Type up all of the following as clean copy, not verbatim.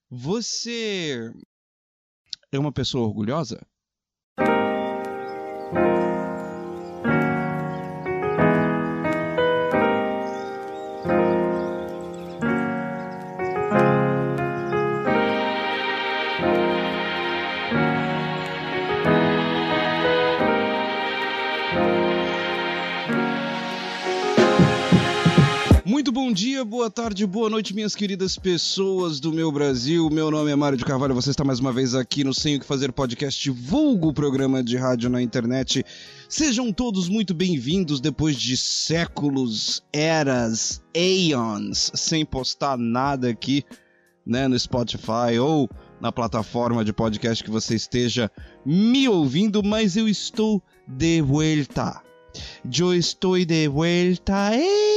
Você é uma pessoa orgulhosa? Muito bom dia, boa tarde, boa noite, minhas queridas pessoas do meu Brasil. Meu nome é Mário de Carvalho, você está mais uma vez aqui no Sem o que Fazer podcast, vulgo programa de rádio na internet. Sejam todos muito bem-vindos depois de séculos, eras, aeons, sem postar nada aqui, né, no Spotify ou na plataforma de podcast que você esteja me ouvindo, mas eu estou de vuelta. Eu estou de vuelta.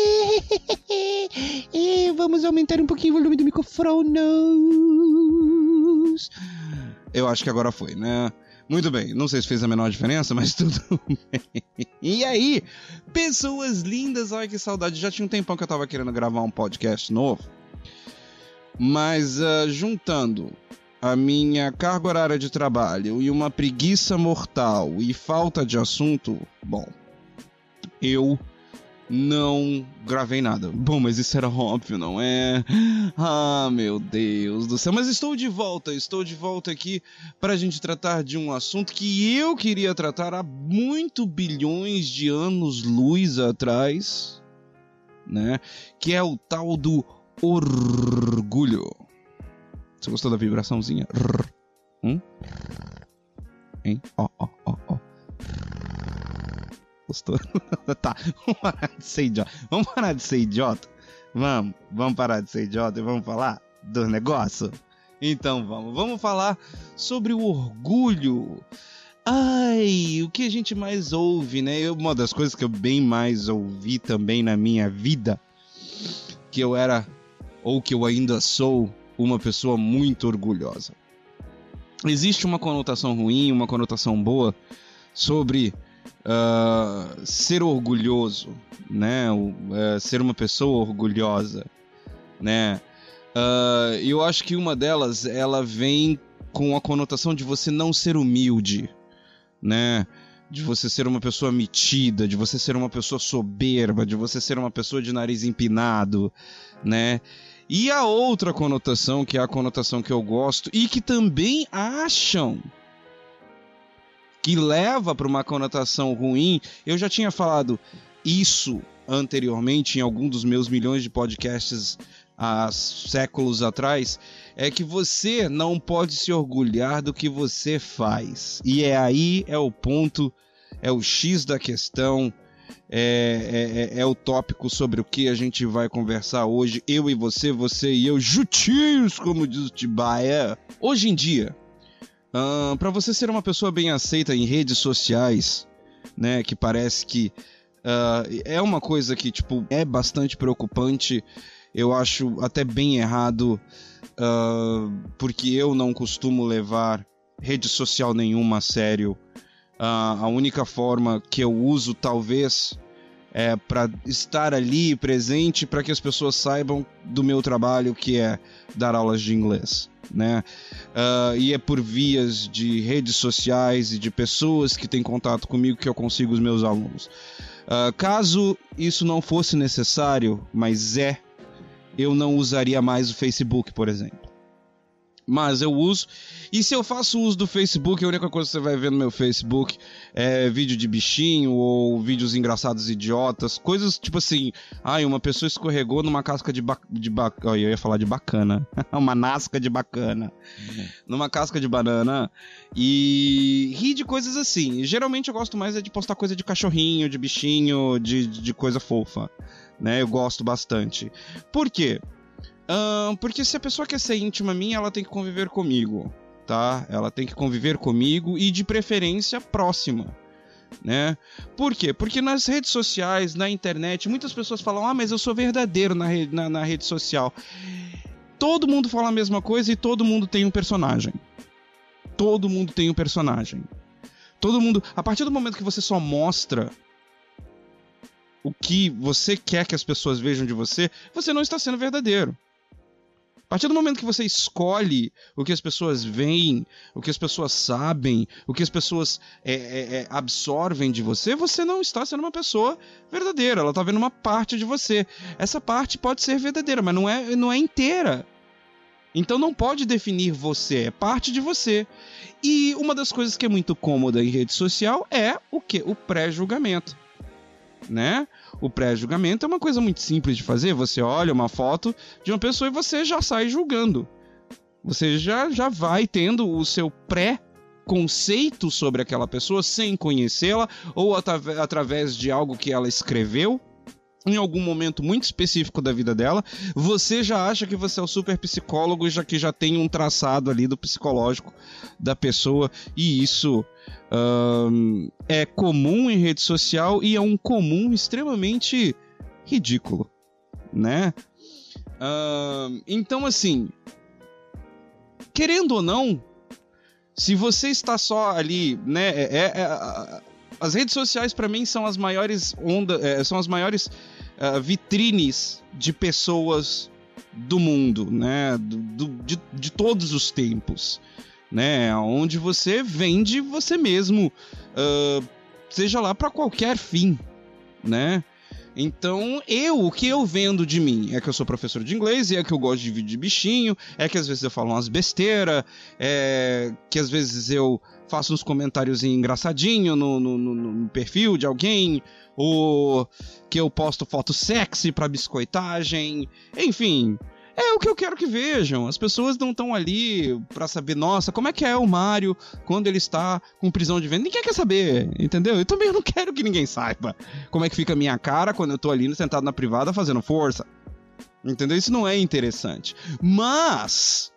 Vamos aumentar um pouquinho o volume do microfone. Eu acho que agora foi, né? Muito bem, não sei se fez a menor diferença, mas tudo bem. E aí, pessoas lindas, ai que saudade. Já tinha um tempão que eu tava querendo gravar um podcast novo, mas juntando a minha carga horária de trabalho e uma preguiça mortal e falta de assunto, bom, eu não gravei nada. Bom, mas isso era óbvio, não é? Ah, meu Deus do céu. Mas estou de volta aqui para a gente tratar de um assunto que eu queria tratar há muito bilhões de anos-luz atrás, né? Que é o tal do orgulho. Você gostou da vibraçãozinha? Hein? Ó. Gostou? Tá, vamos parar de ser idiota. Vamos parar de ser idiota e vamos falar do negócio? Então vamos falar sobre o orgulho. Ai, o que a gente mais ouve, né? Uma das coisas que eu bem mais ouvi também na minha vida, que eu era, ou que eu ainda sou, uma pessoa muito orgulhosa. Existe uma conotação ruim, uma conotação boa sobre ser orgulhoso, né? Ser uma pessoa orgulhosa, né? Eu acho que uma delas, ela vem com a conotação de você não ser humilde, né? De você ser uma pessoa metida, de você ser uma pessoa soberba, de você ser uma pessoa de nariz empinado, né? E a outra conotação, que é a conotação que eu gosto e que também acham que leva para uma conotação ruim, eu já tinha falado isso anteriormente em algum dos meus milhões de podcasts há séculos atrás, é que você não pode se orgulhar do que você faz. E é o ponto, é o X da questão, é o tópico sobre o que a gente vai conversar hoje, eu e você e eu, juntinhos, como diz o Tibaia. Hoje em dia, para você ser uma pessoa bem aceita em redes sociais, né, que parece que é uma coisa que tipo, é bastante preocupante, eu acho até bem errado, porque eu não costumo levar rede social nenhuma a sério. A única forma que eu uso, talvez, é para estar ali presente, para que as pessoas saibam do meu trabalho, que é dar aulas de inglês, né? E é por vias de redes sociais e de pessoas que têm contato comigo que eu consigo os meus alunos. Caso isso não fosse necessário, mas eu não usaria mais o Facebook, por exemplo. Mas eu uso, e se eu faço uso do Facebook, a única coisa que você vai ver no meu Facebook é vídeo de bichinho ou vídeos engraçados idiotas, coisas tipo assim, uma pessoa escorregou numa casca de eu ia falar de bacana, uma nasca de bacana, numa casca de banana, e ri de coisas assim. Geralmente eu gosto mais de postar coisa de cachorrinho, de bichinho, de coisa fofa, né? Eu gosto bastante. Por quê? Porque se a pessoa quer ser íntima minha, ela tem que conviver comigo, tá? Ela tem que conviver comigo e de preferência próxima, né? Por quê? Porque nas redes sociais, na internet, muitas pessoas falam, mas eu sou verdadeiro na rede social. Todo mundo fala a mesma coisa e todo mundo tem um personagem. Todo mundo tem um personagem. Todo mundo, a partir do momento que você só mostra o que você quer que as pessoas vejam de você, você não está sendo verdadeiro. partir do momento que você escolhe o que as pessoas veem, o que as pessoas sabem, o que as pessoas absorvem de você, você não está sendo uma pessoa verdadeira. Ela está vendo uma parte de você. Essa parte pode ser verdadeira, mas não é inteira. Então não pode definir você, é parte de você. E uma das coisas que é muito cômoda em rede social é o quê? O pré-julgamento, né? O pré-julgamento é uma coisa muito simples de fazer. Você olha uma foto de uma pessoa e você já sai julgando. Você já vai tendo o seu pré-conceito sobre aquela pessoa sem conhecê-la ou através de algo que ela escreveu em algum momento muito específico da vida dela. Você já acha que você é o super psicólogo, que já tem um traçado ali do psicológico da pessoa, e isso é comum em rede social e é um comum extremamente ridículo, né? Então, assim, querendo ou não, se você está só ali, né? As redes sociais, para mim, são as maiores são as maiores vitrines de pessoas do mundo, né? De todos os tempos, né? Onde você vende você mesmo, seja lá para qualquer fim, né? Então, o que eu vendo de mim é que eu sou professor de inglês, e é que eu gosto de vídeo de bichinho, é que às vezes eu falo umas besteiras, que às vezes eu faço uns comentários engraçadinhos no perfil de alguém, ou que eu posto foto sexy pra biscoitagem, enfim. É o que eu quero que vejam. As pessoas não estão ali pra saber, nossa, como é que é o Mario quando ele está com prisão de ventre. Ninguém quer saber, entendeu? Eu também não quero que ninguém saiba como é que fica a minha cara quando eu tô ali sentado na privada fazendo força. Entendeu? Isso não é interessante. Mas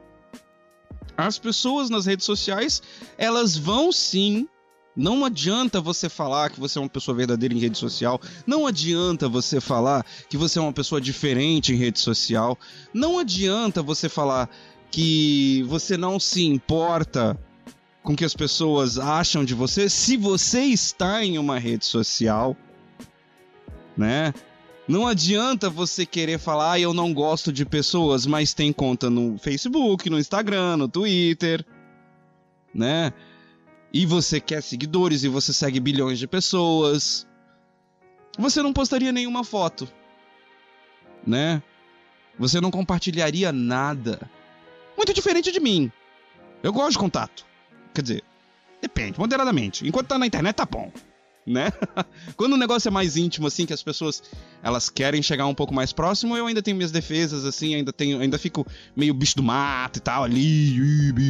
as pessoas nas redes sociais, elas vão sim. Não adianta você falar que você é uma pessoa verdadeira em rede social. Não adianta você falar que você é uma pessoa diferente em rede social. Não adianta você falar que você não se importa com o que as pessoas acham de você se você está em uma rede social, né? Não adianta você querer falar, eu não gosto de pessoas, mas tem conta no Facebook, no Instagram, no Twitter, né? E você quer seguidores, e você segue bilhões de pessoas. Você não postaria nenhuma foto, né? Você não compartilharia nada. Muito diferente de mim. Eu gosto de contato. Quer dizer, depende, moderadamente. Enquanto tá na internet, tá bom, né? Quando o negócio é mais íntimo, assim, que as pessoas elas querem chegar um pouco mais próximo, eu ainda tenho minhas defesas, assim, ainda fico meio bicho do mato e tal, ali.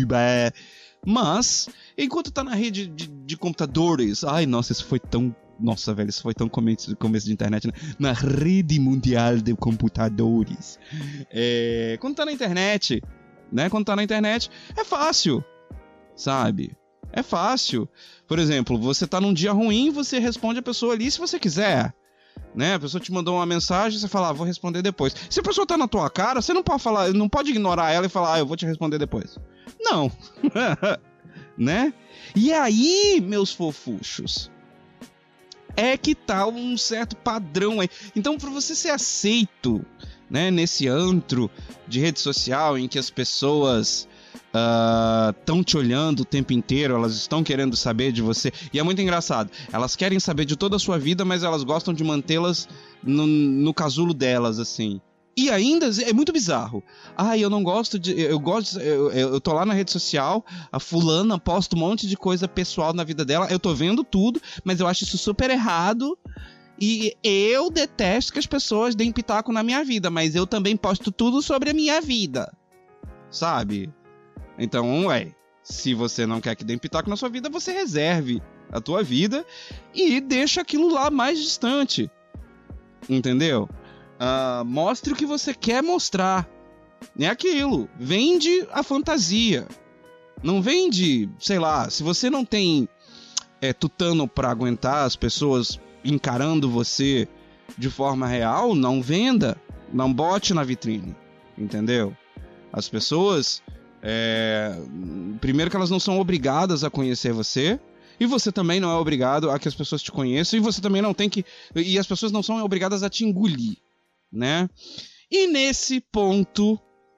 Mas, enquanto tá na rede de computadores... Ai, nossa, isso foi tão... Nossa, velho, isso foi tão começo de internet, né? Na rede mundial de computadores. Quando tá na internet, né? Quando tá na internet, é fácil, sabe? É fácil. Por exemplo, você tá num dia ruim, você responde a pessoa ali se você quiser, né? A pessoa te mandou uma mensagem, você fala, vou responder depois. Se a pessoa tá na tua cara, você não pode falar, não pode ignorar ela e falar, eu vou te responder depois. Não. Né? E aí, meus fofuchos, é que tá um certo padrão aí. Então, para você ser aceito, né, nesse antro de rede social em que as pessoas estão te olhando o tempo inteiro, elas estão querendo saber de você, e é muito engraçado, elas querem saber de toda a sua vida, mas elas gostam de mantê-las no casulo delas, assim. E ainda é muito bizarro. Eu não gosto de... Eu tô lá na rede social, a fulana posta um monte de coisa pessoal na vida dela, eu tô vendo tudo, mas eu acho isso super errado, e eu detesto que as pessoas deem pitaco na minha vida, mas eu também posto tudo sobre a minha vida, sabe? Então, se você não quer que deem pitaco na sua vida, você reserve a tua vida e deixa aquilo lá mais distante, entendeu? Mostre o que você quer mostrar. É aquilo. Vende a fantasia. Não vende, sei lá, se você não tem tutano pra aguentar as pessoas encarando você de forma real, não venda. Não bote na vitrine. Entendeu? As pessoas, primeiro que elas não são obrigadas a conhecer você. E você também não é obrigado a que as pessoas te conheçam. E você também não tem que... E as pessoas não são obrigadas a te engolir, né? E nesse ponto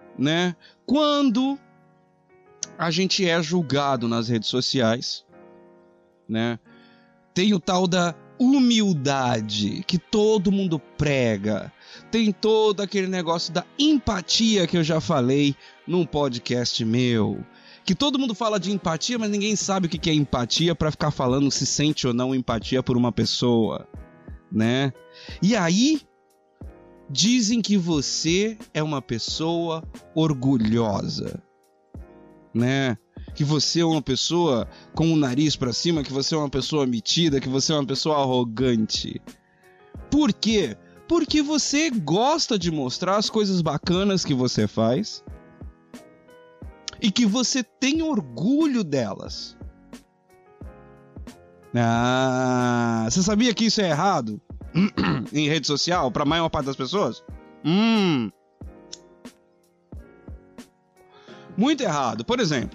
né? Quando a gente é julgado nas redes sociais, né? Tem o tal da humildade que todo mundo prega. Tem todo aquele negócio da empatia que eu já falei num podcast meu. Que todo mundo fala de empatia, mas ninguém sabe o que é empatia para ficar falando se sente ou não empatia por uma pessoa, né? E aí dizem que você é uma pessoa orgulhosa, né? Que você é uma pessoa com o nariz pra cima, que você é uma pessoa metida, que você é uma pessoa arrogante. Por quê? Porque você gosta de mostrar as coisas bacanas que você faz e que você tem orgulho delas. Você sabia que isso é errado em rede social para a maior parte das pessoas? Muito errado. Por exemplo,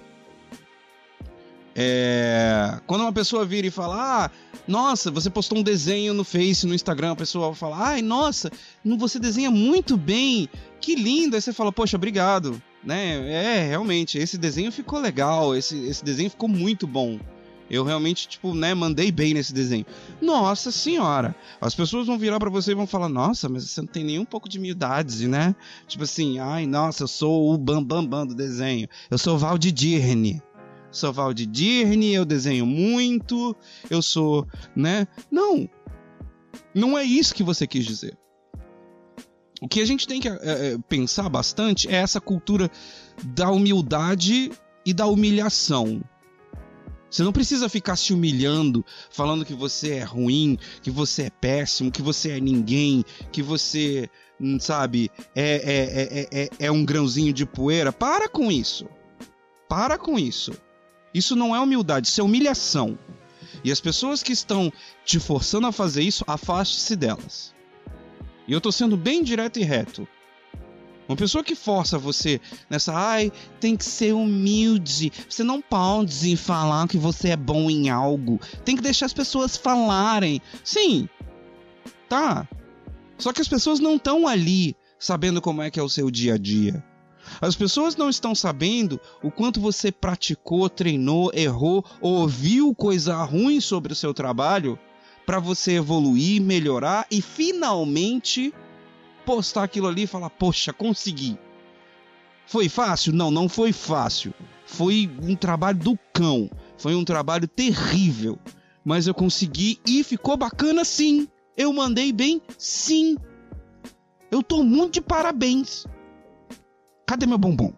quando uma pessoa vira e fala: nossa, você postou um desenho no Face, no Instagram, a pessoa fala: ai, nossa, você desenha muito bem, que lindo. Aí você fala: poxa, obrigado, né? Realmente, esse desenho ficou legal, esse desenho ficou muito bom. Eu realmente, mandei bem nesse desenho. Nossa senhora, as pessoas vão virar pra você e vão falar: nossa, mas você não tem nem um pouco de humildade, né? Tipo assim, ai, nossa, eu sou o bambambam do desenho, eu sou o Valdir. Sou Valdir, eu desenho muito, eu sou, né? Não é isso que você quis dizer. O que a gente tem que pensar bastante é essa cultura da humildade e da humilhação. Você não precisa ficar se humilhando, falando que você é ruim, que você é péssimo, que você é ninguém, que você, sabe, é um grãozinho de poeira. Para com isso. Para com isso. Isso não é humildade, isso é humilhação. E as pessoas que estão te forçando a fazer isso, afaste-se delas. E eu tô sendo bem direto e reto. Uma pessoa que força você nessa, tem que ser humilde, você não pode falar que você é bom em algo, tem que deixar as pessoas falarem. Sim, tá. Só que as pessoas não estão ali sabendo como é que é o seu dia a dia. As pessoas não estão sabendo o quanto você praticou, treinou, errou, ouviu coisa ruim sobre o seu trabalho para você evoluir, melhorar e finalmente postar aquilo ali e falar: poxa, consegui. Foi fácil? Não foi fácil. Foi um trabalho do cão. Foi um trabalho terrível. Mas eu consegui e ficou bacana, sim. Eu mandei bem, sim. Eu tô muito de parabéns. Cadê meu bombom?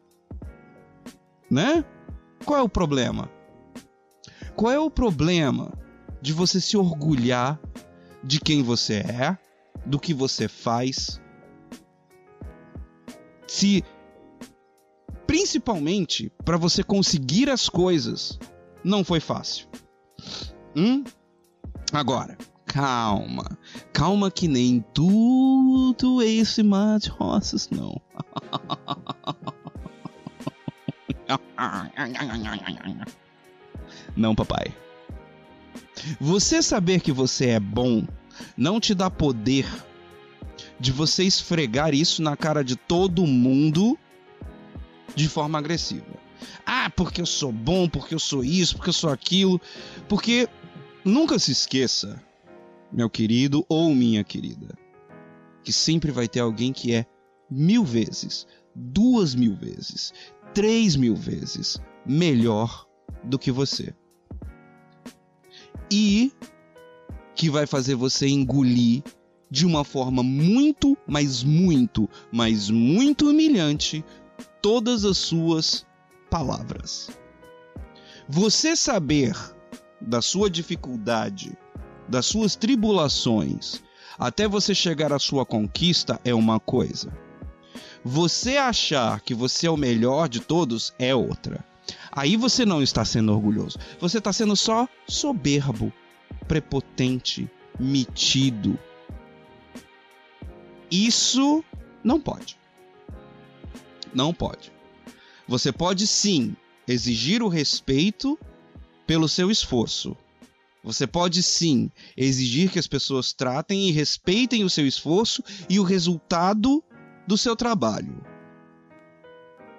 Né? Qual é o problema? Qual é o problema de você se orgulhar de quem você é, do que você faz? Se, principalmente, para você conseguir as coisas, não foi fácil. Agora, calma que nem tudo esse mar de rosas, não. Não, papai. Você saber que você é bom não te dá poder de você esfregar isso na cara de todo mundo de forma agressiva. Porque eu sou bom, porque eu sou isso, porque eu sou aquilo. Porque nunca se esqueça, meu querido ou minha querida, que sempre vai ter alguém que é 1000 vezes, 2000 vezes, 3000 vezes melhor do que você. E que vai fazer você engolir de uma forma muito, mas muito, mas muito humilhante todas as suas palavras. Você saber da sua dificuldade, das suas tribulações, até você chegar à sua conquista é uma coisa. Você achar que você é o melhor de todos é outra. Aí você não está sendo orgulhoso. Você está sendo só soberbo, prepotente, metido. Isso não pode. Não pode. Você pode sim exigir o respeito pelo seu esforço. Você pode sim exigir que as pessoas tratem e respeitem o seu esforço e o resultado do seu trabalho.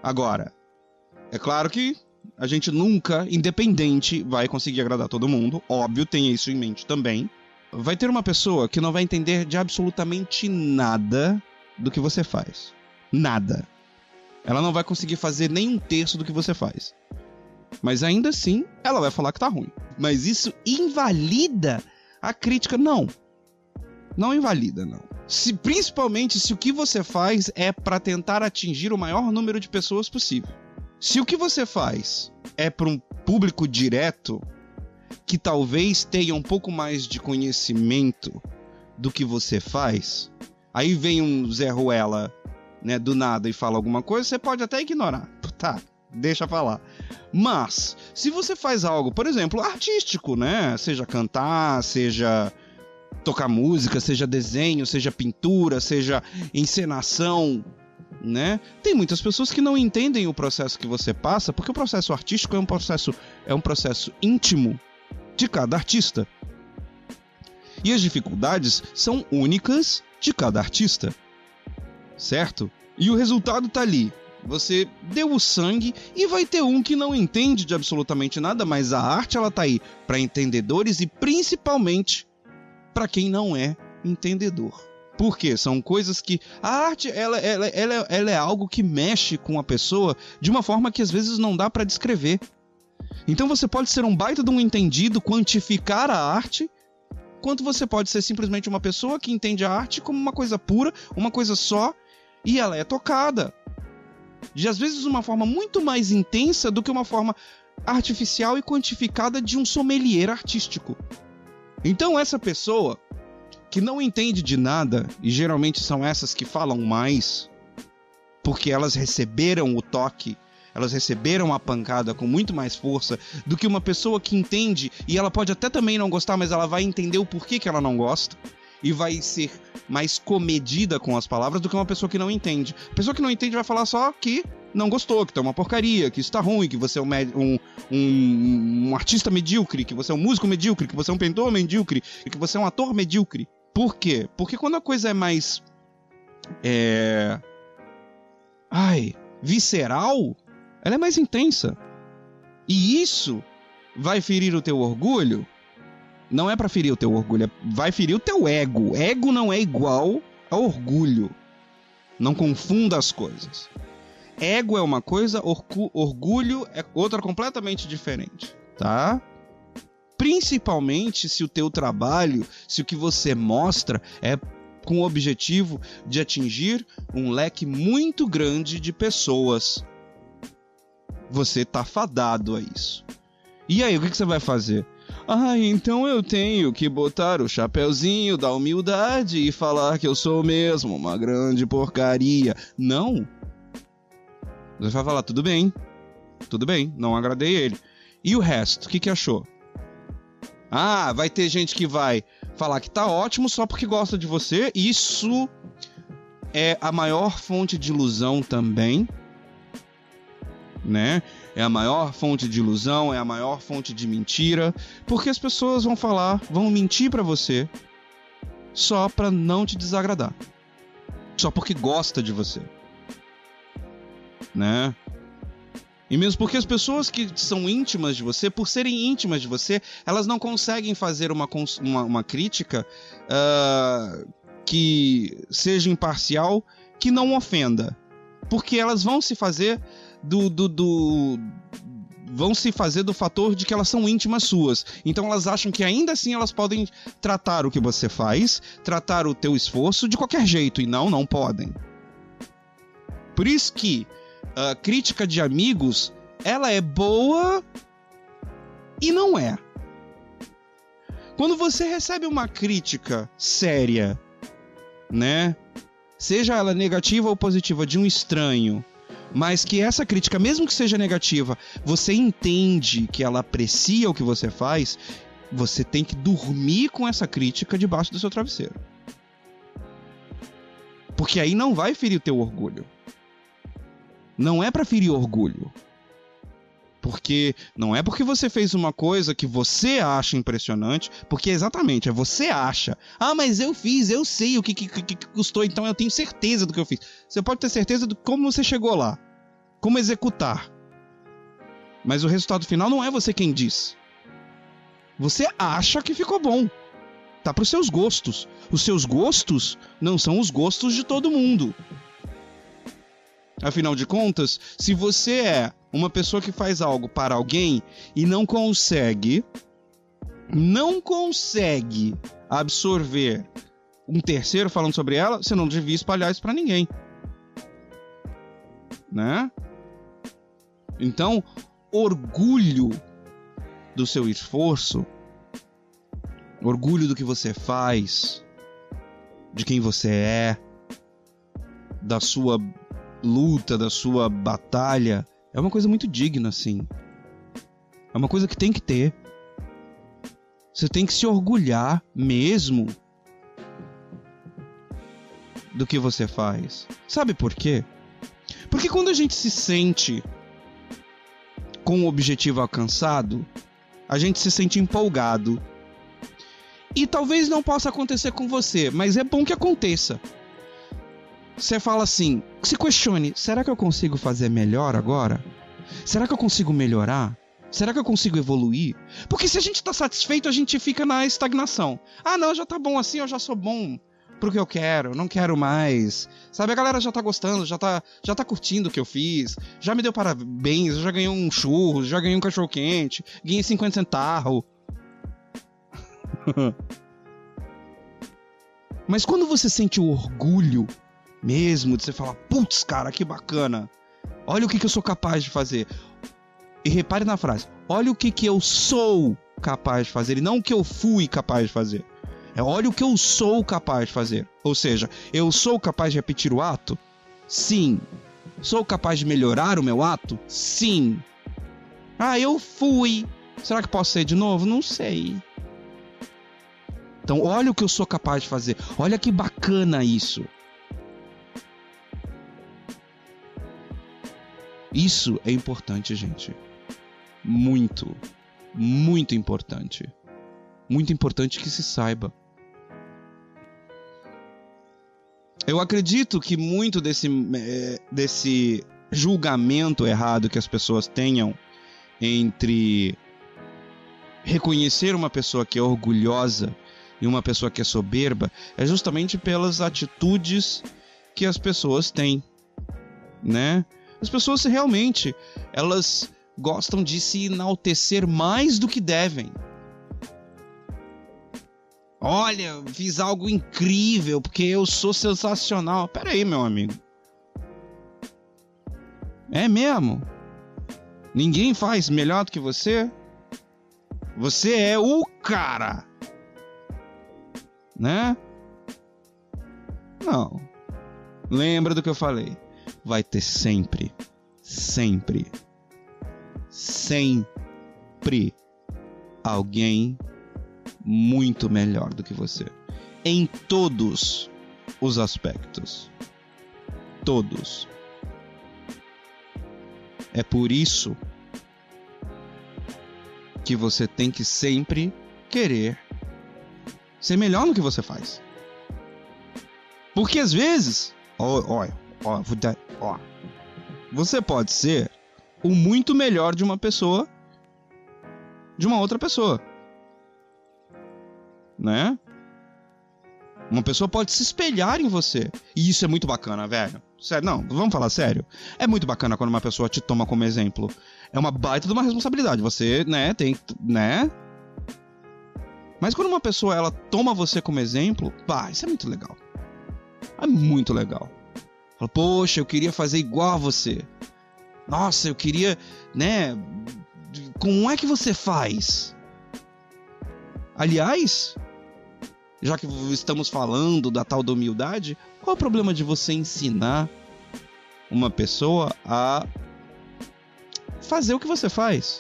Agora, é claro que a gente nunca, independente, vai conseguir agradar todo mundo. Óbvio, tenha isso em mente também. Vai ter uma pessoa que não vai entender de absolutamente nada do que você faz. Nada. Ela não vai conseguir fazer nem um terço do que você faz. Mas ainda assim, ela vai falar que tá ruim. Mas isso invalida a crítica? Não. Não invalida, não. Principalmente se o que você faz é para tentar atingir o maior número de pessoas possível. Se o que você faz é para um público direto, que talvez tenha um pouco mais de conhecimento do que você faz, aí vem um Zé Ruela, né, do nada e fala alguma coisa, você pode até ignorar. Tá, deixa falar. Mas, se você faz algo, por exemplo, artístico, né, seja cantar, seja tocar música, seja desenho, seja pintura, seja encenação, né? Tem muitas pessoas que não entendem o processo que você passa, porque o processo artístico é um processo íntimo de cada artista. E as dificuldades são únicas de cada artista, certo? E o resultado tá ali. Você deu o sangue e vai ter um que não entende de absolutamente nada, mas a arte ela tá aí para entendedores e principalmente para quem não é entendedor. Por quê? São coisas que... A arte, ela é algo que mexe com a pessoa de uma forma que às vezes não dá para descrever. Então você pode ser um baita de um entendido, quantificar a arte, quanto você pode ser simplesmente uma pessoa que entende a arte como uma coisa pura, uma coisa só, e ela é tocada. De às vezes uma forma muito mais intensa do que uma forma artificial e quantificada de um sommelier artístico. Então essa pessoa que não entende de nada, e geralmente são essas que falam mais, porque elas receberam o toque, elas receberam a pancada com muito mais força do que uma pessoa que entende, e ela pode até também não gostar, mas ela vai entender o porquê que ela não gosta, e vai ser mais comedida com as palavras do que uma pessoa que não entende. A pessoa que não entende vai falar só que não gostou, que tá uma porcaria, que isso tá ruim, que você é um artista medíocre, que você é um músico medíocre, que você é um pintor medíocre, que você é um ator medíocre. Por quê? Porque quando a coisa é mais... visceral, ela é mais intensa. E isso vai ferir o teu orgulho. Não é pra ferir o teu orgulho, vai ferir o teu ego. Ego não é igual a orgulho. Não confunda as coisas. Ego é uma coisa, orgulho é outra completamente diferente, tá? Principalmente se o teu trabalho, se o que você mostra é com o objetivo de atingir um leque muito grande de pessoas. Você tá fadado a isso. E aí, o que você vai fazer? Então eu tenho que botar o chapeuzinho da humildade e falar que eu sou mesmo uma grande porcaria. Não. Você vai falar, tudo bem, não agradei ele. E o resto, o que achou? Vai ter gente que vai falar que tá ótimo só porque gosta de você. Isso é a maior fonte de ilusão também, né? É a maior fonte de ilusão, é a maior fonte de mentira, porque as pessoas vão mentir pra você só pra não te desagradar. Só porque gosta de você, né? E mesmo porque as pessoas que são íntimas de você, por serem íntimas de você, elas não conseguem fazer uma crítica que seja imparcial, que não ofenda. Porque elas vão se fazer do fator de que elas são íntimas suas. Então elas acham que ainda assim elas podem tratar o que você faz, tratar o teu esforço de qualquer jeito. E não podem. Por isso que a crítica de amigos, ela é boa e não é. Quando você recebe uma crítica séria, né? Seja ela negativa ou positiva de um estranho, mas que essa crítica, mesmo que seja negativa, você entende que ela aprecia o que você faz, você tem que dormir com essa crítica debaixo do seu travesseiro. Porque aí não vai ferir o teu orgulho. Não é pra ferir orgulho. Porque não é porque você fez uma coisa que você acha impressionante, porque exatamente, você acha. Mas eu fiz, eu sei o que custou, então eu tenho certeza do que eu fiz. Você pode ter certeza de como você chegou lá. como executar. Mas o resultado final não é você quem diz. Você acha que ficou bom. Tá para os seus gostos. Os seus gostos não são os gostos de todo mundo. Afinal de contas, se você é uma pessoa que faz algo para alguém e não consegue absorver um terceiro falando sobre ela, você não devia espalhar isso para ninguém. Né? Então, orgulho do seu esforço, orgulho do que você faz, de quem você é, da sua luta, da sua batalha, é uma coisa muito digna, sim. É uma coisa que tem que ter. Você tem que se orgulhar mesmo do que você faz. Sabe por quê? Porque quando a gente se sente com o objetivo alcançado, a gente se sente empolgado. E talvez não possa acontecer com você, mas é bom que aconteça. Você fala assim, se questione, será que eu consigo fazer melhor agora? Será que eu consigo melhorar? Será que eu consigo evoluir? Porque se a gente tá satisfeito, a gente fica na estagnação. Ah, não, já tá bom assim, eu já sou bom pro que eu quero, não quero mais. Sabe, a galera já tá gostando, já tá curtindo o que eu fiz, já me deu parabéns, eu já ganhei um churro, já ganhei um cachorro quente, ganhei 50 centavos. Mas quando você sente o orgulho mesmo de você falar, putz, cara, que bacana, olha o que eu sou capaz de fazer. E repare na frase, olha o que eu sou capaz de fazer e não o que eu fui capaz de fazer. É olha o que eu sou capaz de fazer. Ou seja, eu sou capaz de repetir o ato? Sim. Sou capaz de melhorar o meu ato? Sim. Ah, eu fui. Será que posso ser de novo? Não sei. Então, olha o que eu sou capaz de fazer. Olha que bacana isso. Isso é importante, gente. Muito, muito importante. Muito importante que se saiba. Eu acredito que muito desse julgamento errado que as pessoas tenham entre reconhecer uma pessoa que é orgulhosa e uma pessoa que é soberba é justamente pelas atitudes que as pessoas têm, né? As pessoas realmente, elas gostam de se enaltecer mais do que devem. Olha, fiz algo incrível porque eu sou sensacional. Pera aí, meu amigo. É mesmo? Ninguém faz melhor do que você? Você é o cara. Né? Não. Lembra do que eu falei. Vai ter sempre alguém muito melhor do que você. Em todos os aspectos. Todos. É por isso que você tem que sempre querer ser melhor no que você faz. Porque às vezes, você pode ser o muito melhor de uma pessoa, de uma outra pessoa, né? Uma pessoa pode se espelhar em você. E isso é muito bacana, velho. Sério, não, vamos falar sério. É muito bacana quando uma pessoa te toma como exemplo. É uma baita de uma responsabilidade. Você, né, tem, né? Mas quando uma pessoa, ela toma você como exemplo, pá, isso é muito legal. É muito legal. Fala, poxa, eu queria fazer igual a você. Nossa, eu queria, né? Como é que você faz? Aliás, já que estamos falando da tal da humildade, qual é o problema de você ensinar uma pessoa a fazer o que você faz?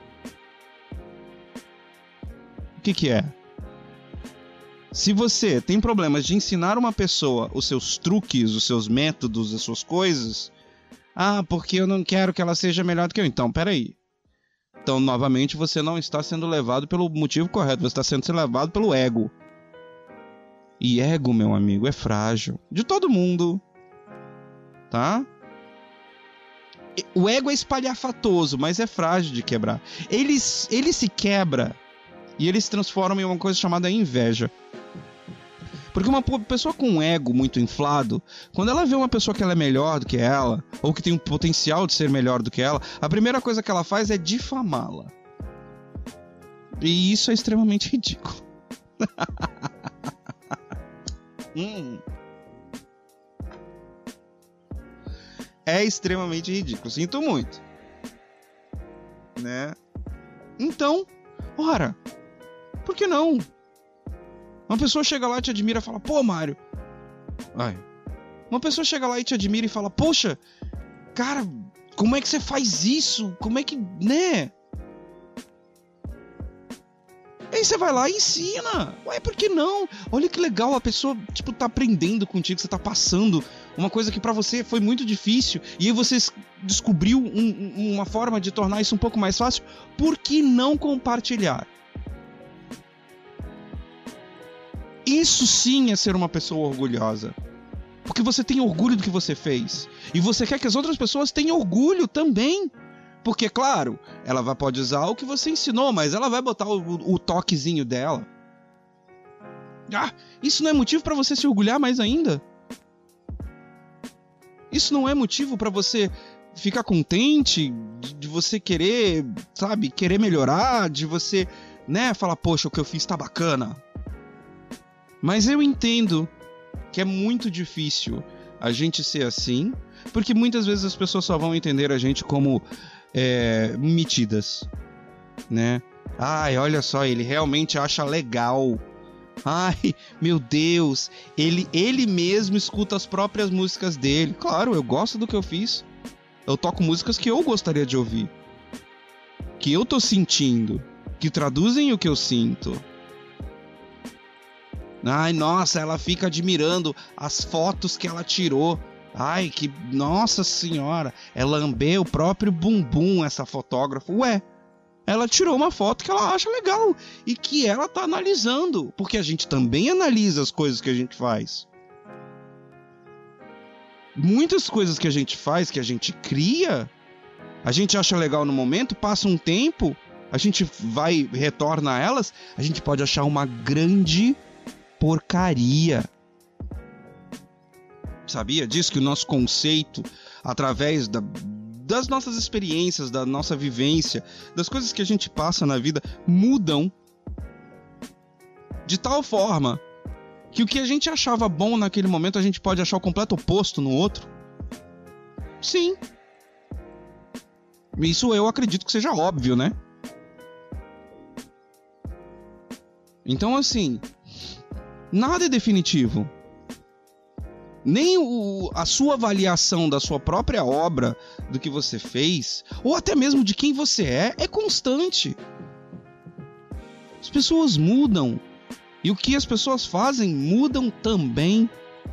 O que é? Se você tem problemas de ensinar uma pessoa os seus truques, os seus métodos, as suas coisas, porque eu não quero que ela seja melhor do que eu. Então, peraí. Então, novamente, você não está sendo levado pelo motivo correto, você está sendo levado pelo ego. E ego, meu amigo, é frágil. De todo mundo. Tá? O ego é espalhafatoso, mas é frágil de quebrar. Ele se quebra e ele se transforma em uma coisa chamada inveja. Porque uma pessoa com um ego muito inflado, quando ela vê uma pessoa que ela é melhor do que ela, ou que tem um potencial de ser melhor do que ela, a primeira coisa que ela faz é difamá-la. E isso é extremamente ridículo. É extremamente ridículo. Sinto muito. Né? Então, ora, por que não? Uma pessoa chega lá e te admira e fala, pô, Mário. Uma pessoa chega lá e te admira e fala, poxa, cara, como é que você faz isso? Como é que, né? Aí você vai lá e ensina. Ué, por que não? Olha que legal, a pessoa, tipo, tá aprendendo contigo, você tá passando uma coisa que pra você foi muito difícil, e aí você descobriu uma forma de tornar isso um pouco mais fácil. Por que não compartilhar? Isso sim é ser uma pessoa orgulhosa. Porque você tem orgulho do que você fez. E você quer que as outras pessoas tenham orgulho também. Porque, claro, ela pode usar o que você ensinou, mas ela vai botar o toquezinho dela. Isso não é motivo para você se orgulhar mais ainda? Isso não é motivo para você ficar contente, de você querer, sabe, querer melhorar, de você, né, falar, poxa, o que eu fiz tá bacana. Mas eu entendo que é muito difícil a gente ser assim, porque muitas vezes as pessoas só vão entender a gente como metidas, né? Ai, olha só, ele realmente acha legal. Ai, meu Deus, ele mesmo escuta as próprias músicas dele. Claro, eu gosto do que eu fiz. Eu toco músicas que eu gostaria de ouvir, que eu tô sentindo, que traduzem o que eu sinto. Ai, nossa, ela fica admirando as fotos que ela tirou. Ai, que... Nossa senhora, é lamber o próprio bumbum, essa fotógrafa. Ué, ela tirou uma foto que ela acha legal e que ela tá analisando. Porque a gente também analisa as coisas que a gente faz. Muitas coisas que a gente faz, que a gente cria, a gente acha legal no momento, passa um tempo, a gente retorna a elas, a gente pode achar uma grande porcaria. Sabia disso? Que o nosso conceito, através das nossas experiências, da nossa vivência, das coisas que a gente passa na vida, mudam de tal forma que o que a gente achava bom naquele momento, a gente pode achar o completo oposto no outro. Sim. Isso eu acredito que seja óbvio, né? Então, assim, nada é definitivo. Nem a sua avaliação da sua própria obra, do que você fez, ou até mesmo de quem você é constante. As pessoas mudam. E o que as pessoas fazem mudam também.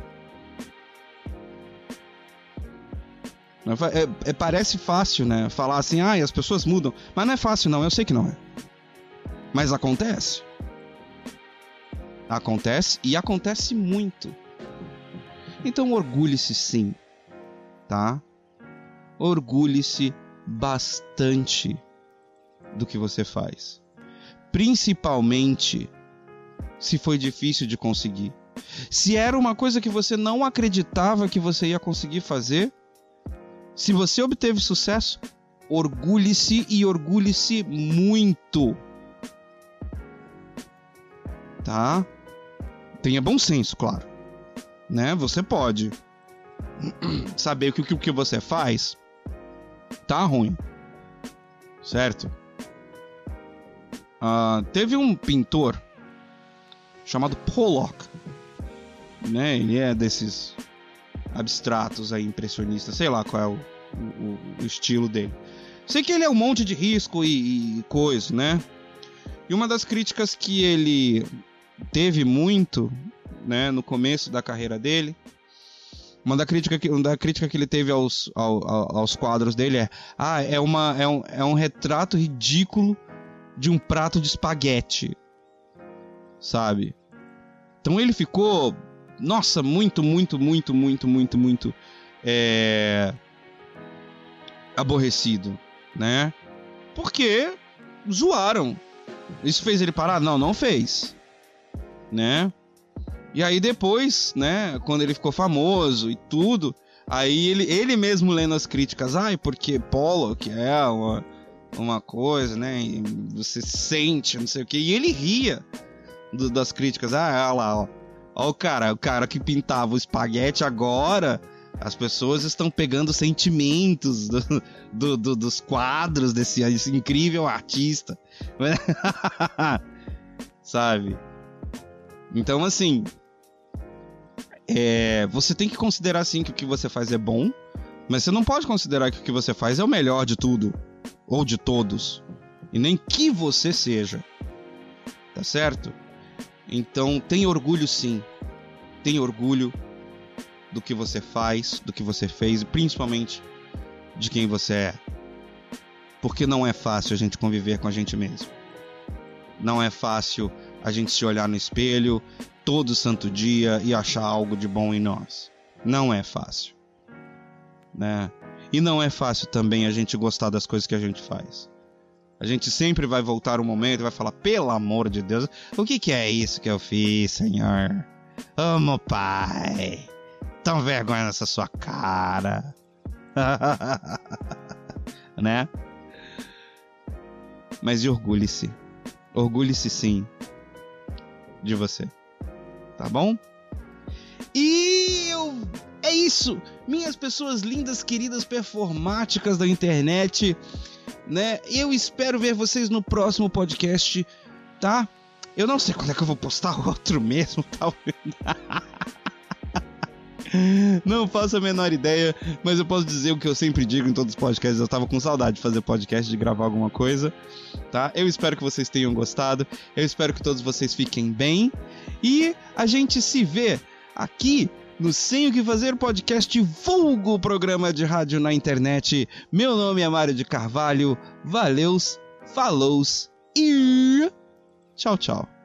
Parece fácil, né? Falar assim, as pessoas mudam. Mas não é fácil, não. Eu sei que não é. Mas acontece. Acontece e acontece muito. Então orgulhe-se sim, tá? Orgulhe-se bastante do que você faz. Principalmente se foi difícil de conseguir. Se era uma coisa que você não acreditava que você ia conseguir fazer, se você obteve sucesso, orgulhe-se e orgulhe-se muito. Tá? Tenha bom senso, claro. Né? Você pode saber que o que você faz tá ruim, certo? Teve um pintor chamado Pollock, né? Ele é desses abstratos aí, impressionistas, sei lá qual é o estilo dele. Sei que ele é um monte de risco e coisa, né? E uma das críticas que ele teve muito, né, no começo da carreira dele, uma crítica que ele teve aos quadros dele é um retrato ridículo de um prato de espaguete, sabe? Então ele ficou, nossa, muito aborrecido, né? Porque zoaram. Isso fez ele parar? Não, não fez, né? E aí depois, né, quando ele ficou famoso e tudo, aí ele mesmo lendo as críticas, porque Pollock é uma coisa, né, e você sente, não sei o que, e ele ria das críticas. Olha lá, ó o cara que pintava o espaguete, agora as pessoas estão pegando sentimentos dos quadros desse incrível artista. Sabe? Então, assim, você tem que considerar, sim, que o que você faz é bom, mas você não pode considerar que o que você faz é o melhor de tudo, ou de todos, e nem que você seja. Tá certo? Então, tenha orgulho, sim. Tenha orgulho do que você faz, do que você fez, e principalmente de quem você é. Porque não é fácil a gente conviver com a gente mesmo. Não é fácil a gente se olhar no espelho todo santo dia e achar algo de bom em nós. Não é fácil, né? E não é fácil também a gente gostar das coisas que a gente faz. A gente sempre vai voltar um momento e vai falar, pelo amor de Deus, o que é isso que eu fiz, Senhor? Ô, meu Pai, tão vergonha nessa sua cara. Né? Mas orgulhe-se. Orgulhe-se, sim, de você. Tá bom? É isso, minhas pessoas lindas, queridas, performáticas da internet, né? Eu espero ver vocês no próximo podcast, tá? Eu não sei quando é que eu vou postar outro mesmo, talvez. Não faço a menor ideia, mas eu posso dizer o que eu sempre digo em todos os podcasts. Eu tava com saudade de fazer podcast, de gravar alguma coisa, tá? Eu espero que vocês tenham gostado. Eu espero que todos vocês fiquem bem. E a gente se vê aqui no Sem o que Fazer podcast, vulgo programa de rádio na internet. Meu nome é Mário de Carvalho. Valeus, falows e tchau, tchau.